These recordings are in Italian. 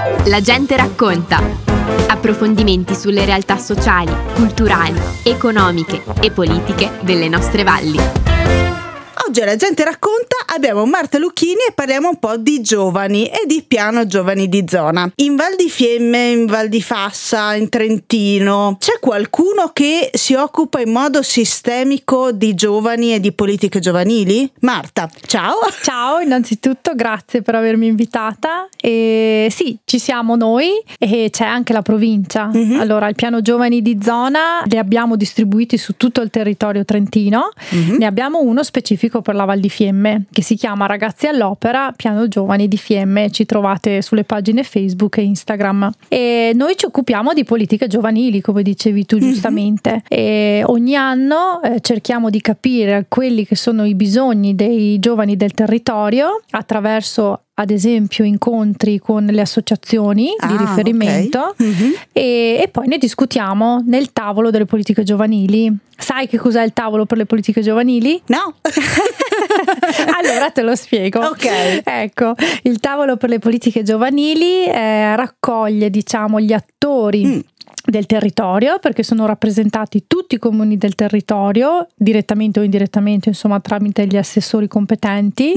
La gente racconta. Approfondimenti sulle realtà sociali, culturali, economiche e politiche delle nostre valli. Oggi alla gente racconta abbiamo Marta Lucchini e parliamo un po' di giovani e di piano giovani di zona. In Val di Fiemme, in Val di Fassa, in Trentino, c'è qualcuno che si occupa in modo sistemico di giovani e di politiche giovanili? Marta, ciao! Ciao, innanzitutto grazie per avermi invitata. E sì, ci siamo noi e c'è anche la provincia. Allora, il piano giovani di zona li abbiamo distribuiti su tutto il territorio trentino. Ne abbiamo uno specifico per la Val di Fiemme che si chiama Ragazzi all'Opera Piano Giovani di Fiemme. Ci trovate sulle pagine Facebook e Instagram. E noi ci occupiamo di politiche giovanili, come dicevi tu giustamente. E ogni anno cerchiamo di capire quelli che sono i bisogni dei giovani del territorio attraverso, ad esempio, incontri con le associazioni di riferimento, e poi ne discutiamo nel tavolo delle politiche giovanili. Sai che cos'è il tavolo per le politiche giovanili? No! Allora te lo spiego. Ok. Ecco, il tavolo per le politiche giovanili raccoglie, diciamo, gli attori del territorio, perché sono rappresentati tutti i comuni del territorio, direttamente o indirettamente, insomma, tramite gli assessori competenti.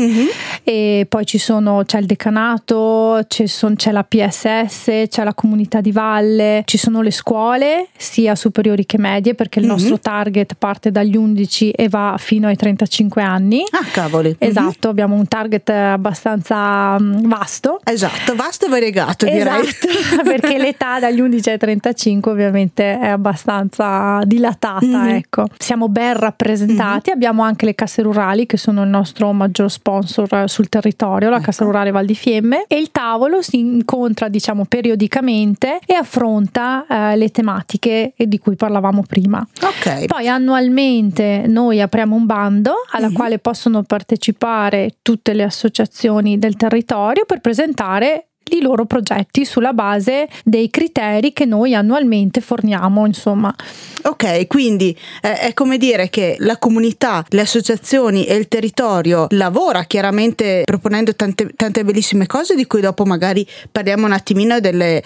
E poi c'è il decanato, c'è la PSS, c'è la comunità di valle, ci sono le scuole sia superiori che medie, perché il nostro target parte dagli 11 e va fino ai 35 anni. Ah, cavoli! Esatto, abbiamo un target abbastanza vasto. Esatto, vasto e variegato, direi. Esatto, perché l'età dagli 11 ai 35 ovviamente è abbastanza dilatata, ecco. Siamo ben rappresentati, abbiamo anche le casse rurali che sono il nostro maggior sponsor sul territorio, la Cassa Rurale Val di Fiemme, e il tavolo si incontra, diciamo, periodicamente e affronta le tematiche di cui parlavamo prima. Ok. Poi annualmente noi apriamo un bando alla quale possono partecipare tutte le associazioni del territorio per presentare i loro progetti sulla base dei criteri che noi annualmente forniamo, insomma. Ok, quindi è come dire che la comunità, le associazioni e il territorio lavora chiaramente proponendo tante bellissime cose di cui dopo magari parliamo un attimino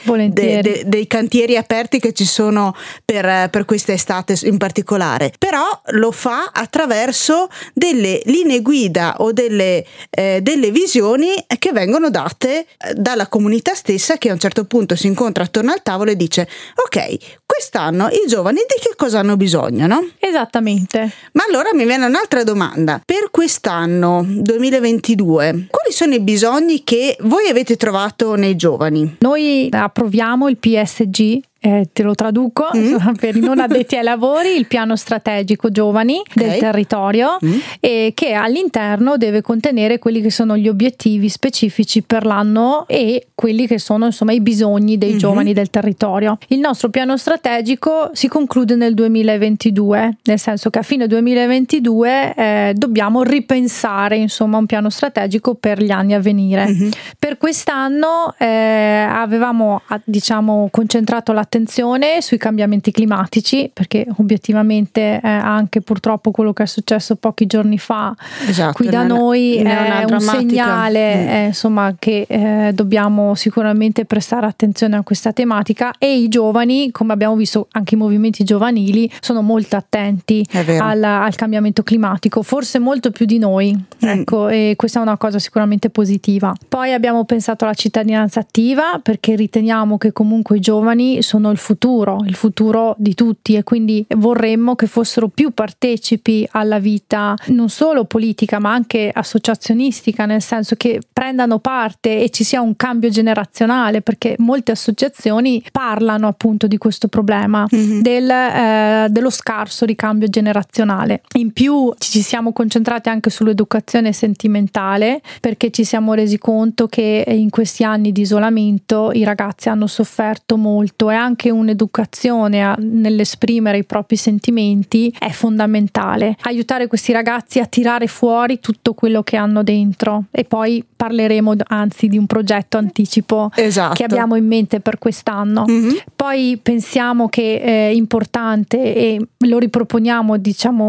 dei cantieri aperti che ci sono per quest'estate in particolare, però lo fa attraverso delle linee guida o delle visioni che vengono date dalla comunità stessa, che a un certo punto si incontra attorno al tavolo e dice: ok, quest'anno i giovani di che cosa hanno bisogno, no? Esattamente. Ma allora mi viene un'altra domanda. Per quest'anno 2022, quali sono i bisogni che voi avete trovato nei giovani? Noi approviamo il PSG, te lo traduco per i non addetti ai lavori, il piano strategico giovani del territorio, che all'interno deve contenere quelli che sono gli obiettivi specifici per l'anno e quelli che sono, insomma, i bisogni dei giovani del territorio. Il nostro piano strategico si conclude nel 2022, nel senso che a fine 2022 dobbiamo ripensare, insomma, un piano strategico per gli anni a venire. Per quest'anno avevamo, diciamo, concentrato l'attenzione sui cambiamenti climatici, perché obiettivamente anche purtroppo quello che è successo pochi giorni fa qui da noi è un segnale insomma, che dobbiamo sicuramente prestare attenzione a questa tematica, e i giovani, come abbiamo visto anche i movimenti giovanili, sono molto attenti al cambiamento climatico, forse molto più di noi, ecco, e questa è una cosa sicuramente positiva. Poi abbiamo pensato alla cittadinanza attiva, perché riteniamo che comunque i giovani sono il futuro di tutti, e quindi vorremmo che fossero più partecipi alla vita non solo politica ma anche associazionistica, nel senso che prendano parte e ci sia un cambio generazionale, perché molte associazioni parlano appunto di questo problema dello scarso ricambio generazionale. In più ci siamo concentrati anche sull'educazione sentimentale, perché ci siamo resi conto che in questi anni di isolamento i ragazzi hanno sofferto molto, e anche un'educazione nell'esprimere i propri sentimenti è fondamentale. Aiutare questi ragazzi a tirare fuori tutto quello che hanno dentro, e poi parleremo anzi di un progetto anticipo che abbiamo in mente per quest'anno. Poi pensiamo che è importante, e lo riproponiamo, diciamo,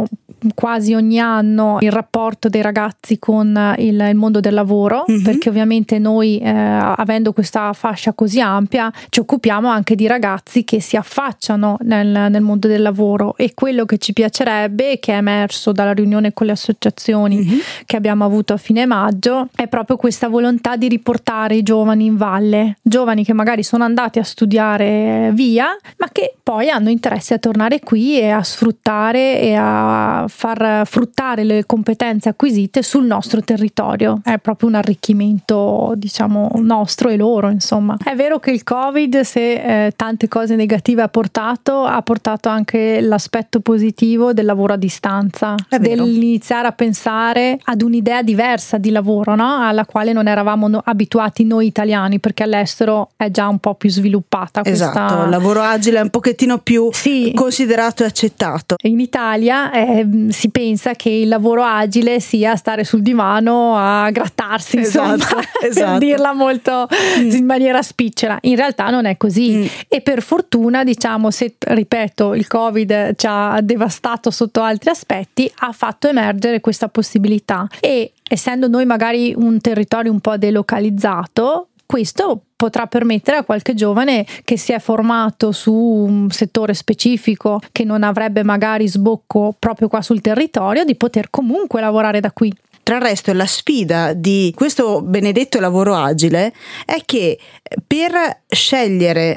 quasi ogni anno il rapporto dei ragazzi con il mondo del lavoro, perché ovviamente noi avendo questa fascia così ampia ci occupiamo anche di ragazzi che si affacciano nel mondo del lavoro, e quello che ci piacerebbe, che è emerso dalla riunione con le associazioni che abbiamo avuto a fine maggio, è proprio questa volontà di riportare i giovani in valle, giovani che magari sono andati a studiare via ma che poi hanno interesse a tornare qui e a sfruttare e a far fruttare le competenze acquisite sul nostro territorio. È proprio un arricchimento, diciamo, nostro e loro, insomma. È vero che il Covid, se tante cose negative ha portato anche l'aspetto positivo del lavoro a distanza, dell'iniziare a pensare ad un'idea diversa di lavoro, no? Alla quale non eravamo abituati noi italiani, perché all'estero è già un po' più sviluppata esatto, il lavoro agile è un pochettino più considerato e accettato. In Italia si pensa che il lavoro agile sia stare sul divano a grattarsi, insomma, per dirla molto in maniera spicciola. In realtà non è così, e per fortuna, diciamo, se ripeto il Covid ci ha devastato sotto altri aspetti, ha fatto emergere questa possibilità, e essendo noi magari un territorio un po' delocalizzato, questo potrà permettere a qualche giovane che si è formato su un settore specifico, che non avrebbe magari sbocco proprio qua sul territorio, di poter comunque lavorare da qui. Tra il resto, la sfida di questo benedetto lavoro agile è che per scegliere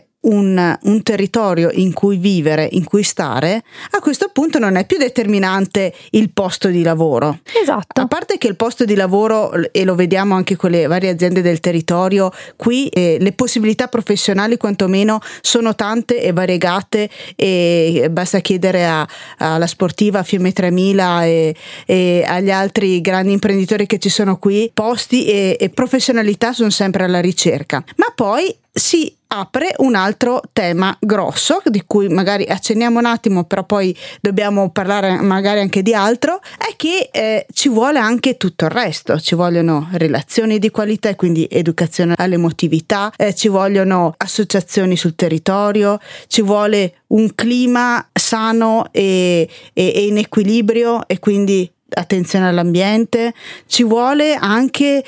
un territorio in cui vivere, in cui stare, a questo punto non è più determinante il posto di lavoro. Esatto. A parte che il posto di lavoro, e lo vediamo anche con le varie aziende del territorio, qui le possibilità professionali quantomeno sono tante e variegate, e basta chiedere alla Sportiva, a Fiemme 3000 e agli altri grandi imprenditori che ci sono qui, posti e professionalità sono sempre alla ricerca. Ma poi si apre un altro tema grosso, di cui magari accenniamo un attimo, però poi dobbiamo parlare magari anche di altro, è che ci vuole anche tutto il resto. Ci vogliono relazioni di qualità e quindi educazione all'emotività, ci vogliono associazioni sul territorio, ci vuole un clima sano e in equilibrio, e quindi attenzione all'ambiente, ci vuole anche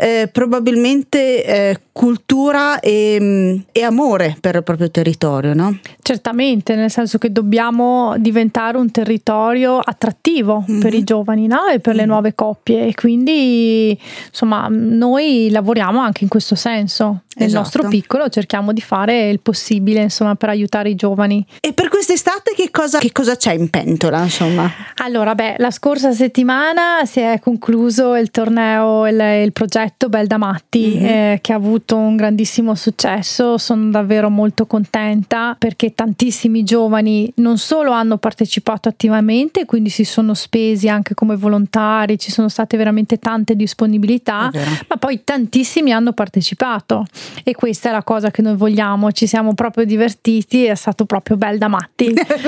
probabilmente cultura e amore per il proprio territorio, no? Certamente, nel senso che dobbiamo diventare un territorio attrattivo per i giovani, no? E per le nuove coppie, e quindi insomma noi lavoriamo anche in questo senso. Nel nostro piccolo cerchiamo di fare il possibile, insomma, per aiutare i giovani. E per quest'estate che cosa c'è in pentola, insomma? Allora, la scorsa settimana si è concluso il torneo, il progetto Bel da Matti, che ha avuto un grandissimo successo. Sono davvero molto contenta, perché tantissimi giovani non solo hanno partecipato attivamente, quindi si sono spesi anche come volontari, ci sono state veramente tante disponibilità, ma poi tantissimi hanno partecipato. E questa è la cosa che noi vogliamo, ci siamo proprio divertiti, è stato proprio bel da matti.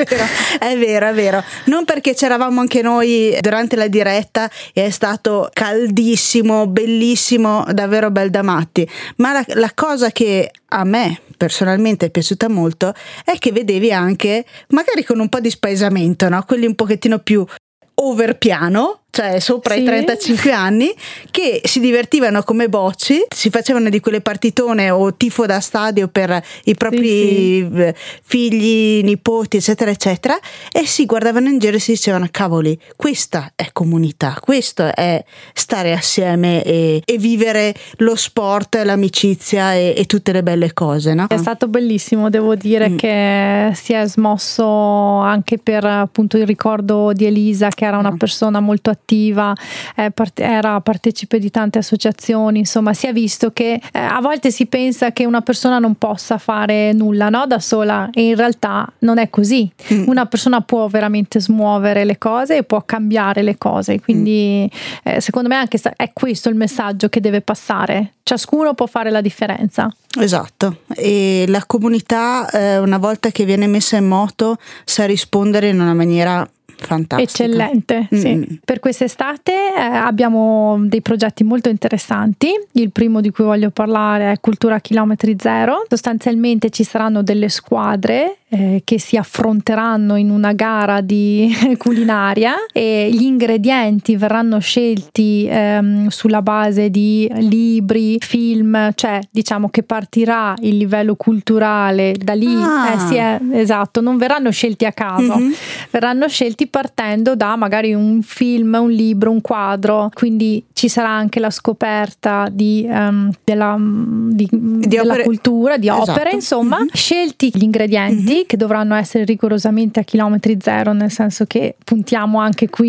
È vero, non perché c'eravamo anche noi durante la diretta e è stato caldissimo, bellissimo, davvero bel da matti, ma la cosa che a me personalmente è piaciuta molto è che vedevi anche, magari con un po' di spaesamento, no? Quelli un pochettino più overpiano, cioè sopra i 35 anni, che si divertivano come bocci, si facevano di quelle partitone o tifo da stadio per i propri figli, nipoti, eccetera eccetera, e si guardavano in giro e si dicevano: cavoli, questa è comunità, questo è stare assieme e vivere lo sport, l'amicizia e tutte le belle cose, no? È stato bellissimo, devo dire che si è smosso anche per appunto il ricordo di Elisa, che era una persona molto attiva, era partecipe di tante associazioni, insomma si è visto che a volte si pensa che una persona non possa fare nulla, no, da sola, e in realtà non è così. Una persona può veramente smuovere le cose e può cambiare le cose, quindi secondo me anche è questo il messaggio che deve passare: ciascuno può fare la differenza. Esatto, e la comunità una volta che viene messa in moto sa rispondere in una maniera Fantastico. Eccellente, sì. Per quest'estate abbiamo dei progetti molto interessanti. Il primo di cui voglio parlare è Cultura Chilometri Zero. Sostanzialmente ci saranno delle squadre che si affronteranno in una gara di culinaria e gli ingredienti verranno scelti sulla base di libri, film, cioè diciamo che partirà il livello culturale da lì. Esatto, non verranno scelti a caso, verranno scelti partendo da magari un film, un libro, un quadro, quindi ci sarà anche la scoperta della cultura, di opere, insomma, scelti gli ingredienti che dovranno essere rigorosamente a chilometri zero, nel senso che puntiamo anche qui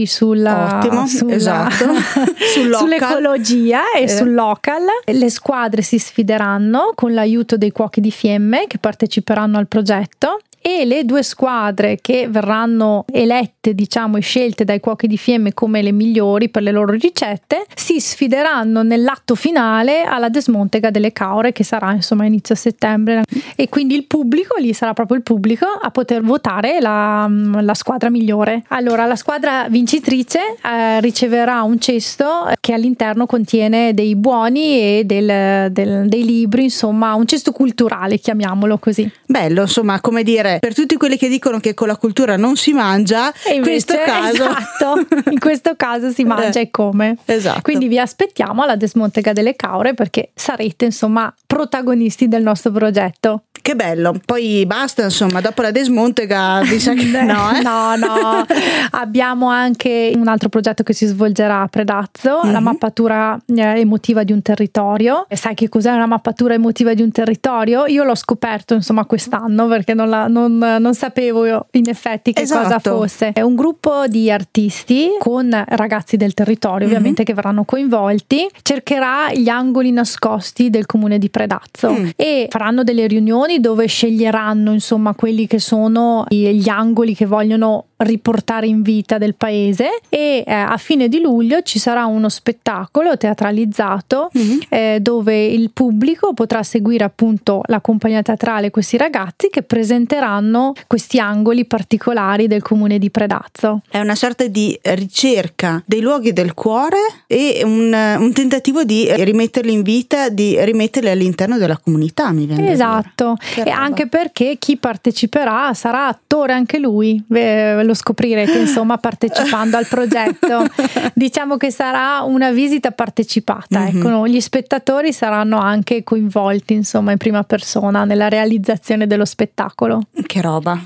sull'ecologia e sul local. Le squadre si sfideranno con l'aiuto dei cuochi di fiemme che parteciperanno al progetto, e le 2 squadre che verranno elette, diciamo, e scelte dai cuochi di fiemme come le migliori per le loro ricette si sfideranno nell'atto finale alla Desmontega delle Caure, che sarà insomma a inizio settembre, e quindi il pubblico, lì sarà proprio il pubblico a poter votare la squadra migliore. Allora, la squadra vincitrice riceverà un cesto che all'interno contiene dei buoni e dei libri, insomma un cesto culturale, chiamiamolo così. Bello, insomma, come dire, per tutti quelli che dicono che con la cultura non si mangia, e invece, in questo caso si mangia e come. Esatto. Quindi vi aspettiamo alla Desmontega delle Caure, perché sarete insomma protagonisti del nostro progetto. Che bello, poi basta, insomma, dopo la Desmontega mi sa che no. No, abbiamo anche un altro progetto che si svolgerà a Predazzo, la mappatura emotiva di un territorio. E sai che cos'è una mappatura emotiva di un territorio? Io l'ho scoperto insomma quest'anno, perché non sapevo io in effetti che cosa fosse. È un gruppo di artisti con ragazzi del territorio, ovviamente, che verranno coinvolti, cercherà gli angoli nascosti del comune di Predazzo e faranno delle riunioni dove sceglieranno insomma quelli che sono gli angoli che vogliono riportare in vita del paese, e a fine di luglio ci sarà uno spettacolo teatralizzato dove il pubblico potrà seguire appunto la compagnia teatrale, questi ragazzi che presenteranno questi angoli particolari del comune di Predazzo. È una sorta di ricerca dei luoghi del cuore e un tentativo di rimetterli in vita, di rimetterli all'interno della comunità, mi viene esatto. E anche perché chi parteciperà sarà attore anche lui, lo scoprirete insomma partecipando al progetto. Diciamo che sarà una visita partecipata, ecco, gli spettatori saranno anche coinvolti insomma in prima persona nella realizzazione dello spettacolo. Che roba.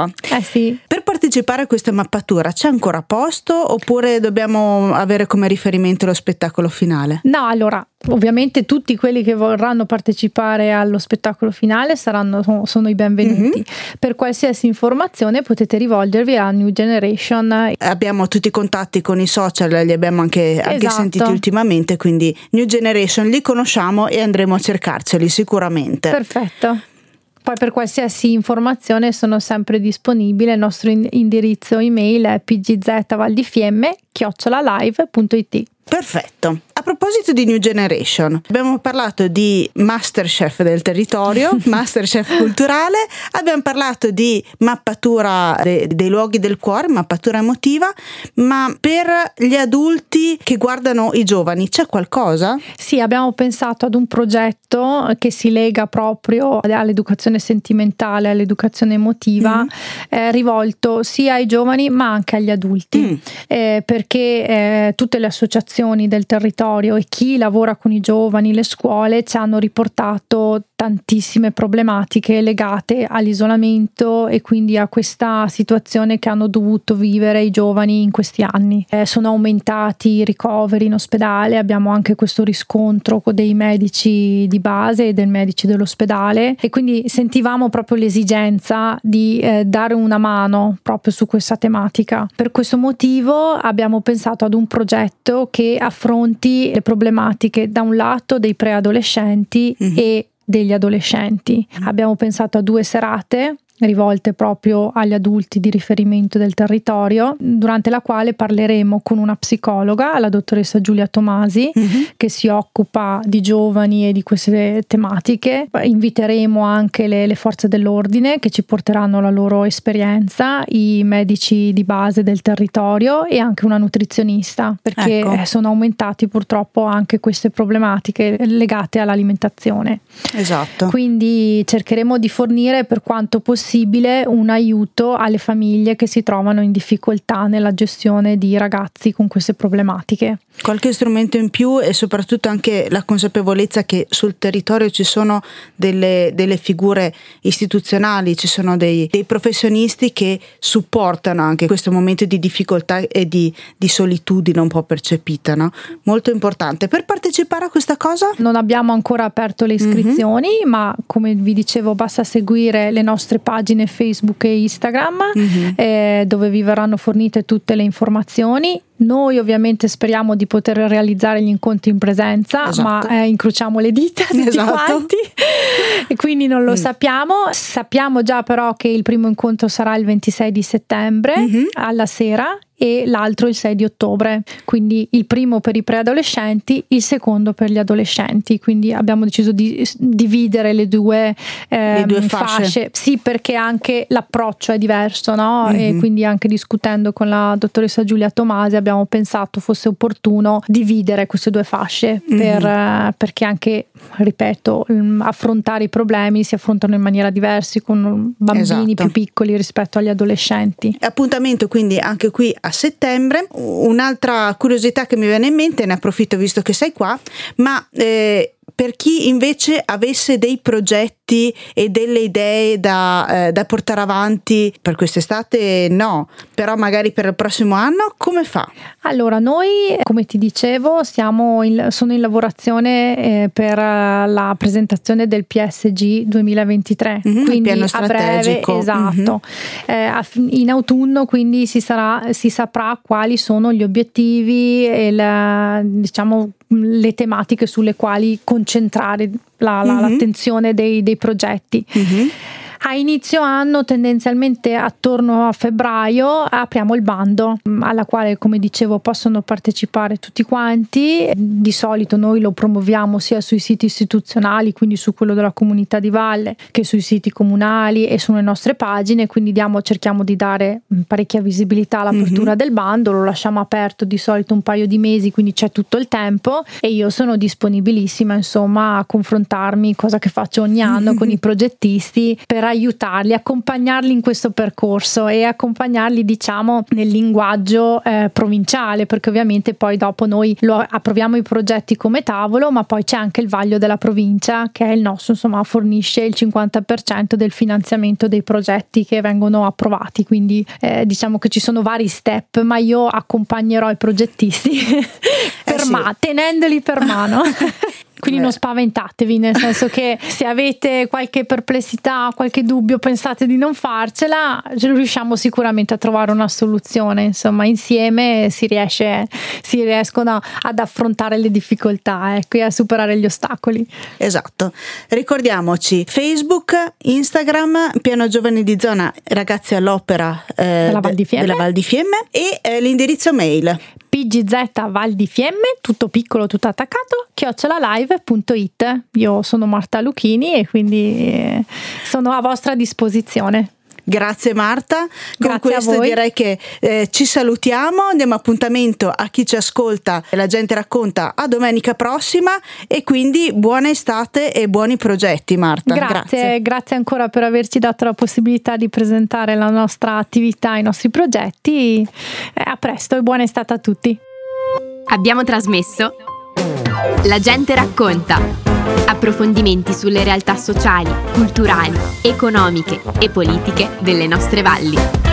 Sì. Per partecipare a questa mappatura c'è ancora posto oppure dobbiamo avere come riferimento lo spettacolo finale? No, allora ovviamente tutti quelli che vorranno partecipare allo spettacolo finale sono i benvenuti. Per qualsiasi informazione potete rivolgervi a New Generation. Abbiamo tutti i contatti con i social, li abbiamo anche sentiti ultimamente, quindi New Generation li conosciamo e andremo a cercarceli sicuramente. Perfetto. Poi per qualsiasi informazione sono sempre disponibile. Il nostro indirizzo email è pgzvaldifiemme@live.it. Perfetto. A proposito di New Generation, abbiamo parlato di Masterchef del territorio, Masterchef culturale, abbiamo parlato di mappatura dei luoghi del cuore, mappatura emotiva, ma per gli adulti che guardano i giovani c'è qualcosa? Sì, abbiamo pensato ad un progetto che si lega proprio all'educazione sentimentale, all'educazione emotiva, rivolto sia ai giovani ma anche agli adulti, perché tutte le associazioni del territorio e chi lavora con i giovani, le scuole, ci hanno riportato tantissime problematiche legate all'isolamento e quindi a questa situazione che hanno dovuto vivere i giovani in questi anni. Sono aumentati i ricoveri in ospedale, abbiamo anche questo riscontro con dei medici di base e dei medici dell'ospedale, e quindi sentivamo proprio l'esigenza di dare una mano proprio su questa tematica. Per questo motivo abbiamo pensato ad un progetto che affronti le problematiche da un lato dei preadolescenti e degli adolescenti. Abbiamo pensato a 2 serate rivolte proprio agli adulti di riferimento del territorio, durante la quale parleremo con una psicologa, la dottoressa Giulia Tomasi, che si occupa di giovani e di queste tematiche. Inviteremo anche le forze dell'ordine che ci porteranno la loro esperienza, i medici di base del territorio e anche una nutrizionista, perché sono aumentati purtroppo anche queste problematiche legate all'alimentazione. Esatto. Quindi cercheremo di fornire per quanto possibile un aiuto alle famiglie che si trovano in difficoltà nella gestione di ragazzi con queste problematiche. Qualche strumento in più e soprattutto anche la consapevolezza che sul territorio ci sono delle figure istituzionali, ci sono dei professionisti che supportano anche questo momento di difficoltà e di solitudine un po' percepita, no? Molto importante. Per partecipare a questa cosa? Non abbiamo ancora aperto le iscrizioni, ma come vi dicevo basta seguire le nostre pagine Facebook e Instagram, dove vi verranno fornite tutte le informazioni. Noi ovviamente speriamo di poter realizzare gli incontri in presenza, ma incrociamo le dita tutti quanti e quindi non lo sappiamo già però che il primo incontro sarà il 26 di settembre alla sera e l'altro il 6 di ottobre, quindi il primo per i preadolescenti, il secondo per gli adolescenti, quindi abbiamo deciso di dividere le due fasce. Sì, perché anche l'approccio è diverso, no? E quindi anche discutendo con la dottoressa Giulia Tomasi abbiamo pensato fosse opportuno dividere queste due fasce perché anche, ripeto, affrontare i problemi si affrontano in maniera diversa con bambini più piccoli rispetto agli adolescenti. Appuntamento quindi anche qui a settembre. Un'altra curiosità che mi viene in mente, ne approfitto visto che sei qua, ma per chi invece avesse dei progetti e delle idee da portare avanti per quest'estate, no, però magari per il prossimo anno, come fa? Allora, noi, come ti dicevo, sono in lavorazione per la presentazione del PSG 2023, quindi piano a breve, esatto. In autunno quindi si saprà quali sono gli obiettivi e le tematiche sulle quali concentrare l'attenzione dei progetti. A inizio anno, tendenzialmente attorno a febbraio, apriamo il bando alla quale, come dicevo, possono partecipare tutti quanti. Di solito noi lo promuoviamo sia sui siti istituzionali, quindi su quello della Comunità di Valle, che sui siti comunali e sulle nostre pagine, quindi cerchiamo di dare parecchia visibilità all'apertura del bando. Lo lasciamo aperto di solito un paio di mesi, quindi c'è tutto il tempo e io sono disponibilissima insomma a confrontarmi, cosa che faccio ogni anno, con i progettisti per aiutarli, accompagnarli in questo percorso e accompagnarli nel linguaggio provinciale, perché ovviamente poi dopo noi approviamo i progetti come tavolo, ma poi c'è anche il vaglio della provincia che è il nostro, insomma fornisce il 50% del finanziamento dei progetti che vengono approvati, quindi diciamo che ci sono vari step, ma io accompagnerò i progettisti tenendoli per mano. Quindi non spaventatevi, nel senso che se avete qualche perplessità, qualche dubbio, pensate di non farcela, riusciamo sicuramente a trovare una soluzione. Insomma, insieme si riescono ad affrontare le difficoltà, e a superare gli ostacoli. Esatto. Ricordiamoci Facebook, Instagram, Piano Giovani di Zona Ragazzi all'Opera della Val di Fiemme e l'indirizzo mail pgzvaldifiemme, tutto piccolo, tutto attaccato, @live.it. Io sono Marta Lucchini e quindi sono a vostra disposizione. Grazie Marta, con Grazie questo direi che ci salutiamo, diamo appuntamento a chi ci ascolta e La Gente Racconta a domenica prossima e quindi buona estate e buoni progetti Marta. Grazie ancora per averci dato la possibilità di presentare la nostra attività, i nostri progetti. A presto e buona estate a tutti. Abbiamo trasmesso La Gente Racconta. Approfondimenti sulle realtà sociali, culturali, economiche e politiche delle nostre valli.